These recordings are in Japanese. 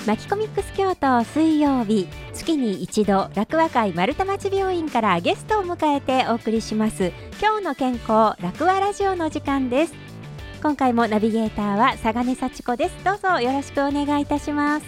マキコミックス京都水曜日、月に一度楽和会丸太町病院からゲストを迎えてお送りします今日の健康楽和ラジオの時間です。今回もナビゲーターは佐賀根幸子です。どうぞよろしくお願いいたします。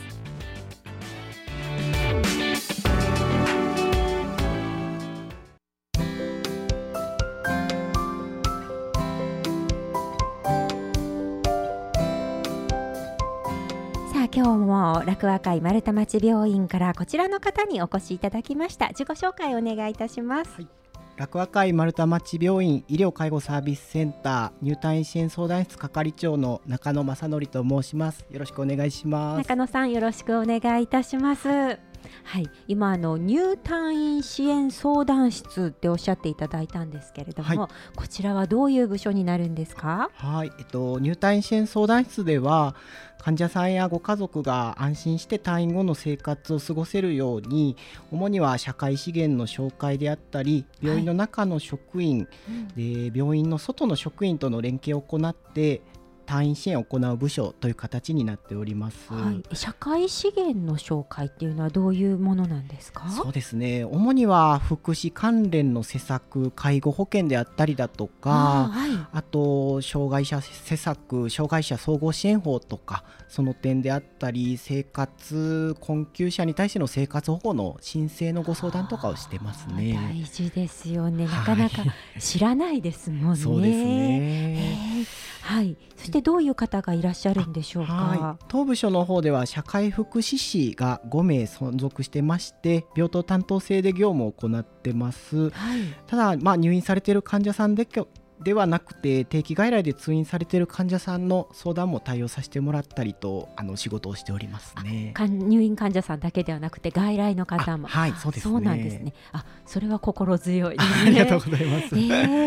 今日も楽和会丸太町病院からこちらの方にお越しいただきました。自己紹介をお願いいたします。 はい、楽和会丸太町病院医療介護サービスセンター入退院支援相談室係長の中野正則と申します。よろしくお願いします。 中野さんよろしくお願いいたします。はい、今入退院支援相談室っておっしゃっていただいたんですけれども、こちらはどういう部署になるんですか？ はい、入退院支援相談室では患者さんやご家族が安心して退院後の生活を過ごせるように、主には社会資源の紹介であったり、病院の中の職員、で病院の外の職員との連携を行って退院支援を行う部署という形になっております。 社会資源の紹介っていうのはどういうものなんですか？ そうですね、主には福祉関連の施策、介護保険であったりだとか、あと障害者施策、障害者総合支援法とか、その点であったり、生活困窮者に対しての生活保護の申請のご相談とかをしてますね。 大事ですよね。なかなか知らないですもんね。 そうですね。 そしてどういう方がいらっしゃるんでしょうか？ 当部署の方では社会福祉士が5名存続してまして、病棟担当制で業務を行ってます。ただ、入院されている患者さんではなくて、定期外来で通院されている患者さんの相談も対応させてもらったりと仕事をしておりますね。 入院患者さんだけではなくて外来の方も。 そうですね。 そうなんですね。それは心強いですね。 ありがとうございます。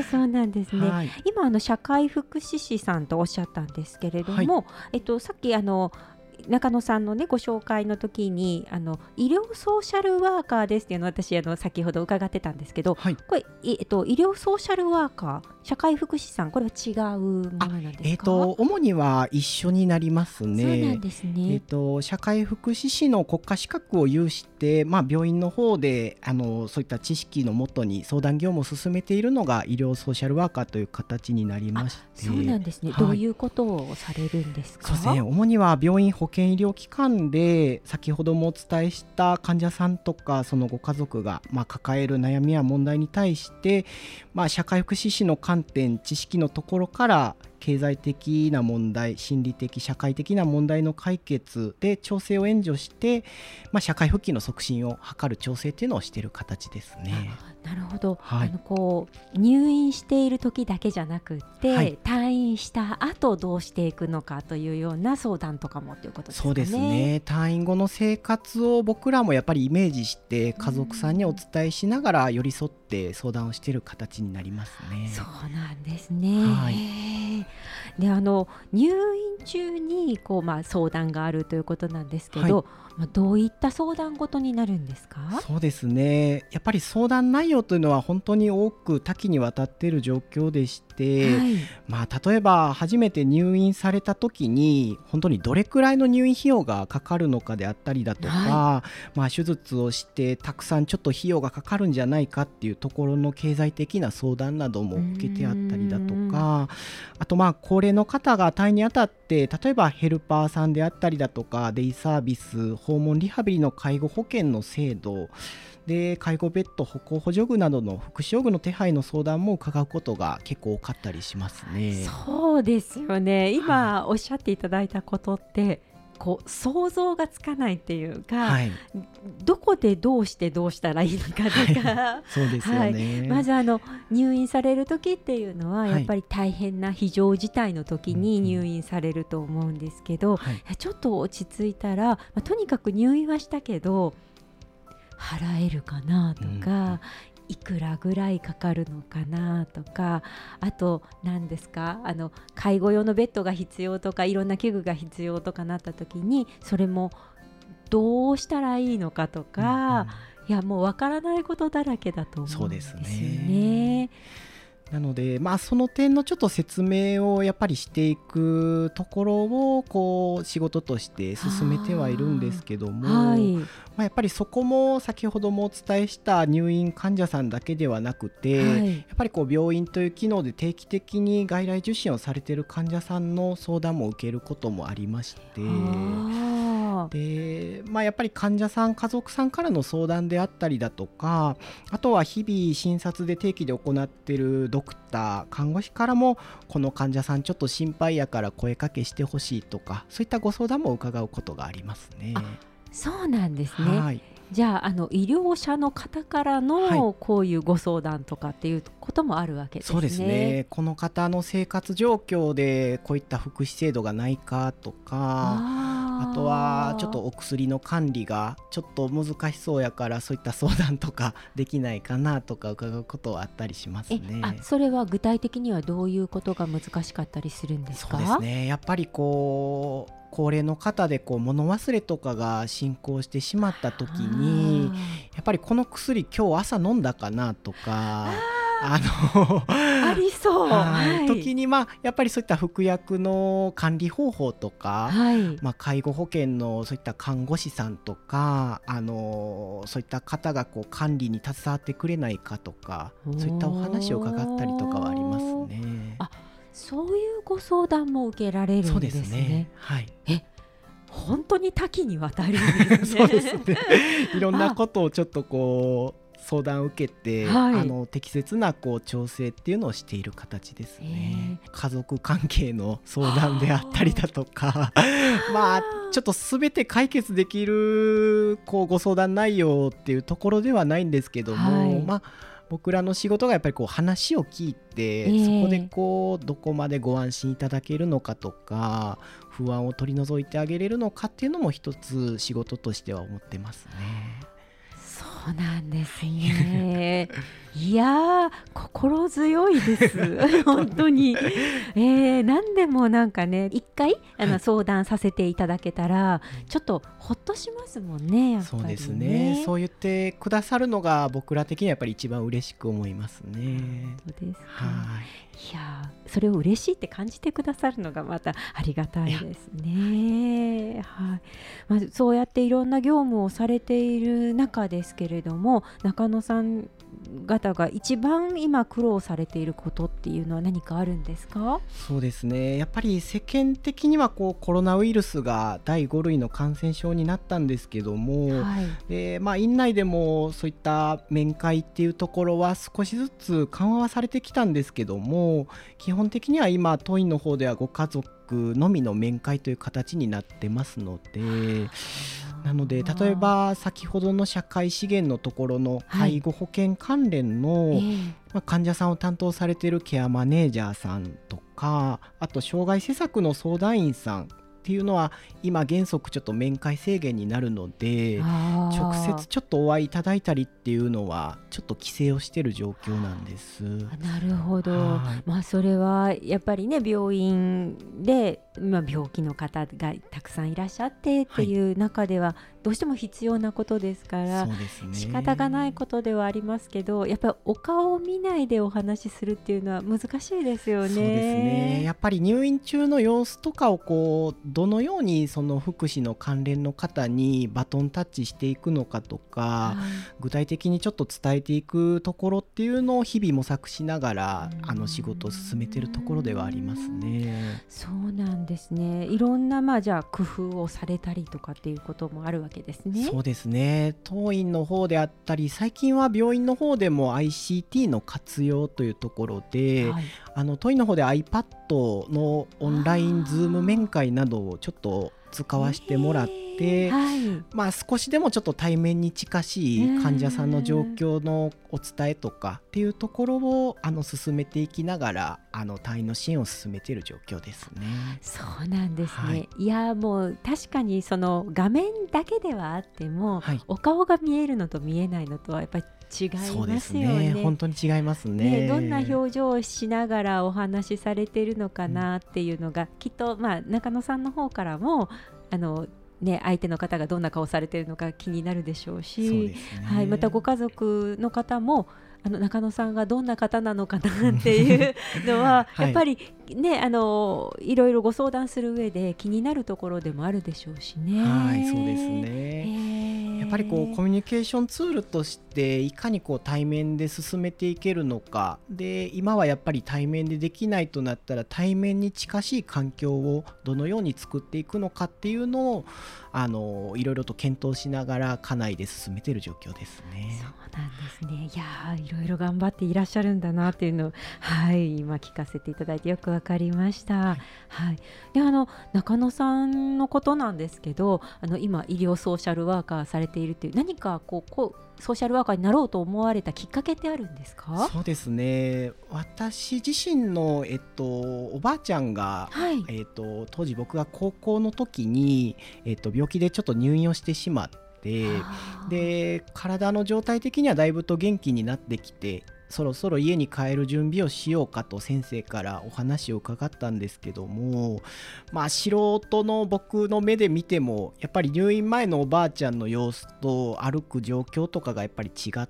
そうなんですね。今社会福祉士さんとおっしゃったんですけれども、さっき中野さんのねご紹介の時に医療ソーシャルワーカーですっていうのを私先ほど伺ってたんですけど、これ医療ソーシャルワーカー、社会福祉さん、これは違うものなんですか？ 主には一緒になりますね。 そうなんですね。 社会福祉士の国家資格を有して、病院の方でそういった知識のもとに相談業務を進めているのが医療ソーシャルワーカーという形になりまして。 そうなんですね。どういうことをされるんですか？ そうですね、主には病院保健医療機関で先ほどもお伝えした患者さんとかそのご家族が抱える悩みや問題に対して、社会福祉士の観点、知識のところから経済的な問題、心理的社会的な問題の解決で調整を援助して、社会復帰の促進を図る調整というのをしている形ですね。 なるほど。入院している時だけじゃなくて、退院した後どうしていくのかというような相談とかもということですかね。 そうですね。退院後の生活を僕らもやっぱりイメージして家族さんにお伝えしながら寄り添って相談をしている形になりますね。 そうなんですね。で入院中に相談があるということなんですけど、どういった相談事になるんですか？ そうですね、やっぱり相談内容というのは本当に多く多岐にわたっている状況でして、例えば初めて入院された時に本当にどれくらいの入院費用がかかるのかであったりだとか、手術をしてたくさんちょっと費用がかかるんじゃないかっていうところの経済的な相談なども受けてあったりだとか、あと高齢の方が退院にあたって例えばヘルパーさんであったりだとかデイサービス、訪問リハビリの介護保険の制度で介護ベッド、歩行補助具などの福祉用具の手配の相談も伺うことが結構多かったりしますね。 そうですよね。今おっしゃっていただいたことって想像がつかないっていうか、どこでどうしてどうしたらいいのかとか、 そうですよね。 まず入院される時っていうのはやっぱり大変な非常事態の時に入院されると思うんですけど、ちょっと落ち着いたら、とにかく入院はしたけど払えるかなとか、いくらぐらいかかるのかなとか、あと何ですか、介護用のベッドが必要とかいろんな器具が必要とかなった時にそれもどうしたらいいのかとか、いやもうわからないことだらけだと思うんですよね。 なので、その点のちょっと説明をやっぱりしていくところをこう仕事として進めてはいるんですけども、はい、やっぱりそこも先ほどもお伝えした入院患者さんだけではなくて、はい、やっぱりこう病院という機能で定期的に外来受診をされている患者さんの相談も受けることもありまして、でやっぱり患者さん家族さんからの相談であったりだとか、あとは日々診察で定期で行っているドクター看護師からもこの患者さんちょっと心配やから声かけしてほしいとか、そういったご相談も伺うことがありますね。 そうなんですね、 はい、 じゃあ、医療者の方からのこういうご相談とかっていうこともあるわけですね。 そうですね。この方の生活状況でこういった福祉制度がないかとか、あとはちょっとお薬の管理がちょっと難しそうやからそういった相談とかできないかなとか伺うことはあったりしますね。 それは具体的にはどういうことが難しかったりするんですか？ そうですね。やっぱりこう高齢の方でこう物忘れとかが進行してしまった時に、やっぱりこの薬今日朝飲んだかなとかありそう、 時にやっぱりそういった服薬の管理方法とか、介護保険のそういった看護師さんとかそういった方がこう管理に携わってくれないかとか、そういったお話を伺ったりとかはありますね。 そういうご相談も受けられるんですね。 そうですね、はい、 本当に多岐にわたるんですね。 そうですね。いろんなことをちょっとこう相談を受けて、適切なこう調整っていうのをしている形ですね。家族関係の相談であったりだとかちょっと全て解決できるこうご相談内容っていうところではないんですけども、僕らの仕事がやっぱりこう話を聞いて、そこでこうどこまでご安心いただけるのかとか、不安を取り除いてあげれるのかっていうのも一つ仕事としては思ってますね。 そうなんですね。いや心強いです本当に、何でもなんかね、一回相談させていただけたらちょっとほっとしますもんね。やっぱりね。 そうですね。そう言ってくださるのが僕ら的にはやっぱり一番嬉しく思いますね。 そうですか。いやそれを嬉しいって感じてくださるのがまたありがたいですね。そうやっていろんな業務をされている中ですけれども、中野さん方が一番今苦労されていることっていうのは何かあるんですか？ そうですね。やっぱり世間的にはこうコロナウイルスが第5類の感染症になったんですけども、で院内でもそういった面会っていうところは少しずつ緩和はされてきたんですけども、基本的には今当院の方ではご家族のみの面会という形になってますので、なので例えば先ほどの社会資源のところの介護保険関連の、患者さんを担当されているケアマネージャーさんとか、あと障害施策の相談員さんっていうのは今原則ちょっと面会制限になるので、直接ちょっとお会いいただいたりっていうのはちょっと規制をしている状況なんです。 なるほど。それはやっぱりね、病院で病気の方がたくさんいらっしゃってっていう中ではどうしても必要なことですから、仕方がないことではありますけど、やっぱりお顔を見ないでお話しするっていうのは難しいですよね。 そうですね。やっぱり入院中の様子とかをこうどのようにその福祉の関連の方にバトンタッチしていくのかとか、具体的にちょっと伝えていくところっていうのを日々模索しながら仕事を進めているところではありますね。 そうなんですね。いろんなじゃあ工夫をされたりとかっていうこともあるわけですね。 そうですね。当院の方であったり、最近は病院の方でも ICT の活用というところで、当院の方で iPad のオンラインズーム面会などをちょっと使わせてもらって、少しでもちょっと対面に近しい患者さんの状況のお伝えとかっていうところを進めていきながら退院の支援を進めている状況ですね。 そうなんですね。いやもう確かにその画面だけではあっても、お顔が見えるのと見えないのとはやっぱり違いますよね。そうですね。 本当に違いますね。 どんな表情をしながらお話しされているのかなっていうのが、きっと中野さんの方からもね、相手の方がどんな顔されているのか気になるでしょうし、 そうですね、 はい、またご家族の方も中野さんがどんな方なのかなっていうのはやっぱりね、いろいろご相談する上で気になるところでもあるでしょうしね。 はい、そうですね、やっぱりこうコミュニケーションツールとしていかにこう対面で進めていけるのかで、今はやっぱり対面でできないとなったら対面に近しい環境をどのように作っていくのかっていうのをいろいろと検討しながら家内で進めている状況ですね。 そうなんですね。いやいろいろ頑張っていらっしゃるんだなっていうのを、はい、今聞かせていただいてよくわかりました。はい、で中野さんのことなんですけど、今医療ソーシャルワーカーされているっていう、何かこうソーシャルワーカーになろうと思われたきっかけってあるんですか？ そうですね、私自身の、おばあちゃんが、はい、当時僕が高校の時に、病気でちょっと入院をしてしまって、で体の状態的にはだいぶと元気になってきて、そろそろ家に帰る準備をしようかと先生からお話を伺ったんですけども、素人の僕の目で見てもやっぱり入院前のおばあちゃんの様子と歩く状況とかがやっぱり違って、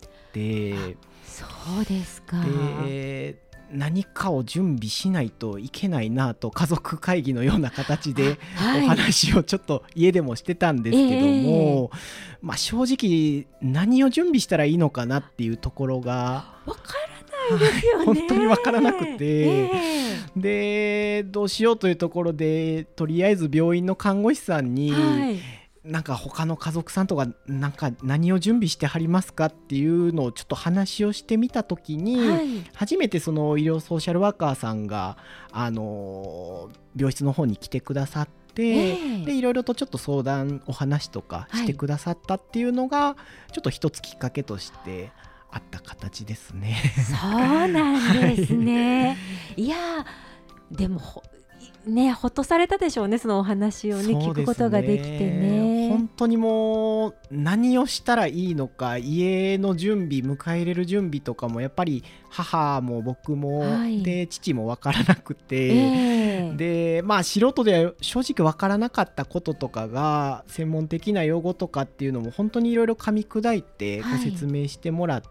そうですか。 で何かを準備しないといけないなと家族会議のような形でお話をちょっと家でもしてたんですけども、正直何を準備したらいいのかなっていうところがわからないですよね。 本当にわからなくて、でどうしようというところでとりあえず病院の看護師さんに、なんか他の家族さんとかなんか何を準備してはりますかっていうのをちょっと話をしてみたときに、初めてその医療ソーシャルワーカーさんが病室の方に来てくださって、でいろいろとちょっと相談お話とかしてくださったっていうのが、ちょっと一つきっかけとしてあった形ですね。 そうなんですね。いやでもほっとされたでしょうね、そのお話をね、聞くことができてね。 本当にもう何をしたらいいのか、家の準備、迎え入れる準備とかもやっぱり母も僕も、で父も分からなくて、で素人では正直分からなかったこととかが専門的な用語とかっていうのも本当にいろいろ噛み砕いてご説明してもらって、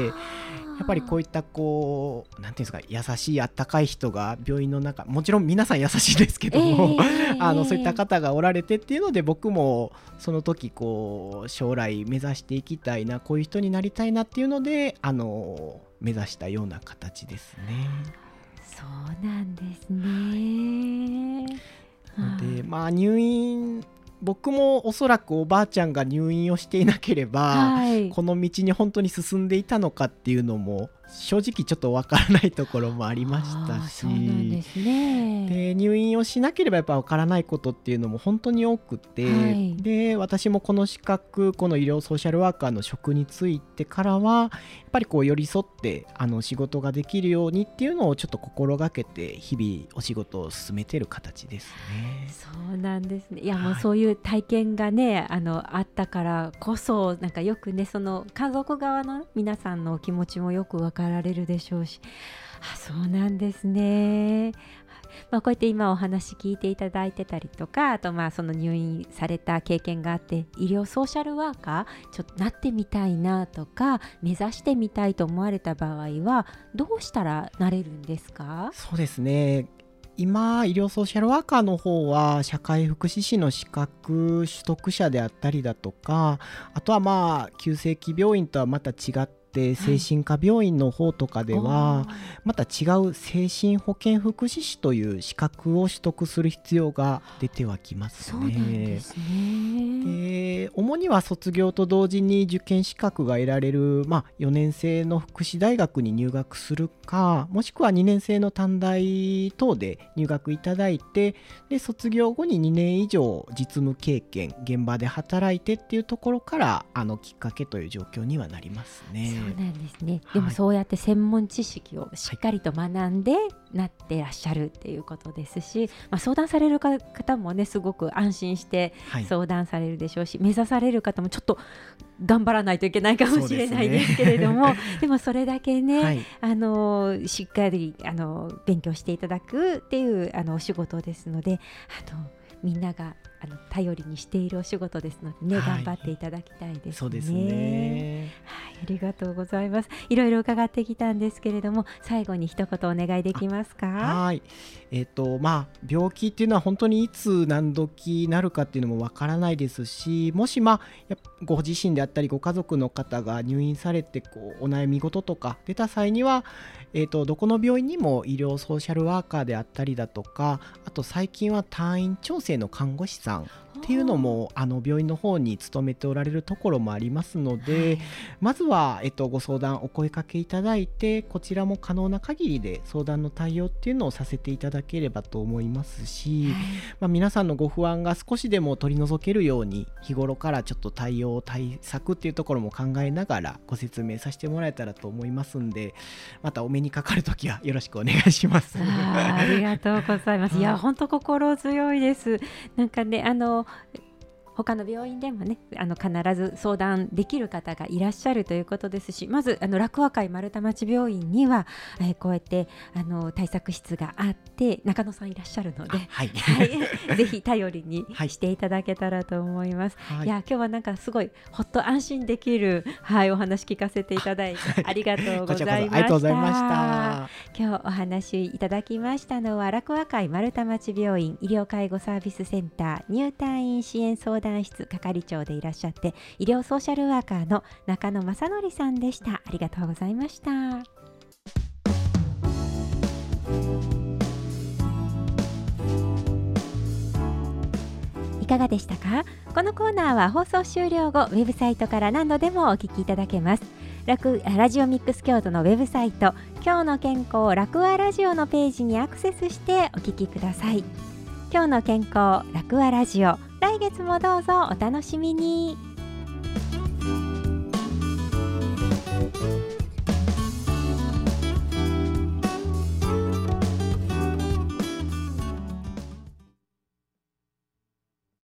やっぱりこういったなんていうんですか、優しいあったかい人が病院の中、もちろん皆さん優しいですけども、そういった方がおられてっていうので、僕もその時将来目指していきたいな、こういう人になりたいなっていうので目指したような形ですね。 そうなんですね。 で入院、僕もおそらくおばあちゃんが入院をしていなければ、この道に本当に進んでいたのかっていうのも正直ちょっとわからないところもありましたし、 そうなんですね。 で入院をしなければやっぱわからないことっていうのも本当に多くて、で私もこの資格、この医療ソーシャルワーカーの職に就いてからはやっぱり寄り添って仕事ができるようにっていうのをちょっと心がけて日々お仕事を進めている形ですね。 そうなんですね。いや、もうそういう体験がねあったからこそ、なんかよくね、その家族側の皆さんのお気持ちもよく分かられるでしょうし、そうなんですね。こうやって今お話聞いていただいてたりとか、あとその入院された経験があって医療ソーシャルワーカーちょっとなってみたいなとか目指してみたいと思われた場合はどうしたらなれるんですか？ そうですね、今医療ソーシャルワーカーの方は社会福祉士の資格取得者であったりだとか、あとは急性期病院とはまた違って精神科病院の方とかではまた違う精神保健福祉士という資格を取得する必要が出てはきますね。 そうなんですね。 主には卒業と同時に受験資格が得られる、4年生の福祉大学に入学するか、もしくは2年生の短大等で入学いただいて、で卒業後に2年以上実務経験、現場で働いてっていうところからきっかけという状況にはなりますね。 そうなんですね。でもそうやって専門知識をしっかりと学んでなってらっしゃるっていうことですし、相談される方もねすごく安心して相談されるでしょうし、目指される方もちょっと頑張らないといけないかもしれないですけれども、でもそれだけね、しっかり勉強していただくっていうお仕事ですので、 みんなが頼りにしているお仕事ですのでね、頑張っていただきたいですね。 そうですね。 はい、ありがとうございます。いろいろ伺ってきたんですけれども、最後に一言お願いできますか？ はい。病気っていうのは本当にいつ何時なるかっていうのもわからないですし、もしご自身であったりご家族の方が入院されてお悩み事とか出た際には、どこの病院にも医療ソーシャルワーカーであったりだとか、あと最近は退院調整の看護師さんっていうのも病院の方に勤めておられるところもありますので、まずは、ご相談お声かけいただいて、こちらも可能な限りで相談の対応っていうのをさせていただければと思いますし、皆さんのご不安が少しでも取り除けるように日頃からちょっと対策っていうところも考えながらご説明させてもらえたらと思いますんで、またお目にかかるときはよろしくお願いします。 ありがとうございます。いや本当心強いです。なんかね他の病院でもね必ず相談できる方がいらっしゃるということですし、まず楽和会丸太町病院には、こうやって対策室があって中野さんいらっしゃるので、ぜひ頼りにしていただけたらと思います。いや今日はなんかすごいほっと安心できる、お話聞かせていただいてありがとうございました。 ありがとうございました。 今日お話いただきましたのは楽和会丸太町病院医療介護サービスセンター入退院支援相談室係長でいらっしゃって医療ソーシャルワーカーの中野正則さんでした。ありがとうございました。いかがでしたか？このコーナーは放送終了後ウェブサイトから何度でもお聞きいただけます。ラジオミックス京都のウェブサイト今日の健康楽和ラジオのページにアクセスしてお聞きください。今日の健康楽和ラジオ、来月もどうぞお楽しみに。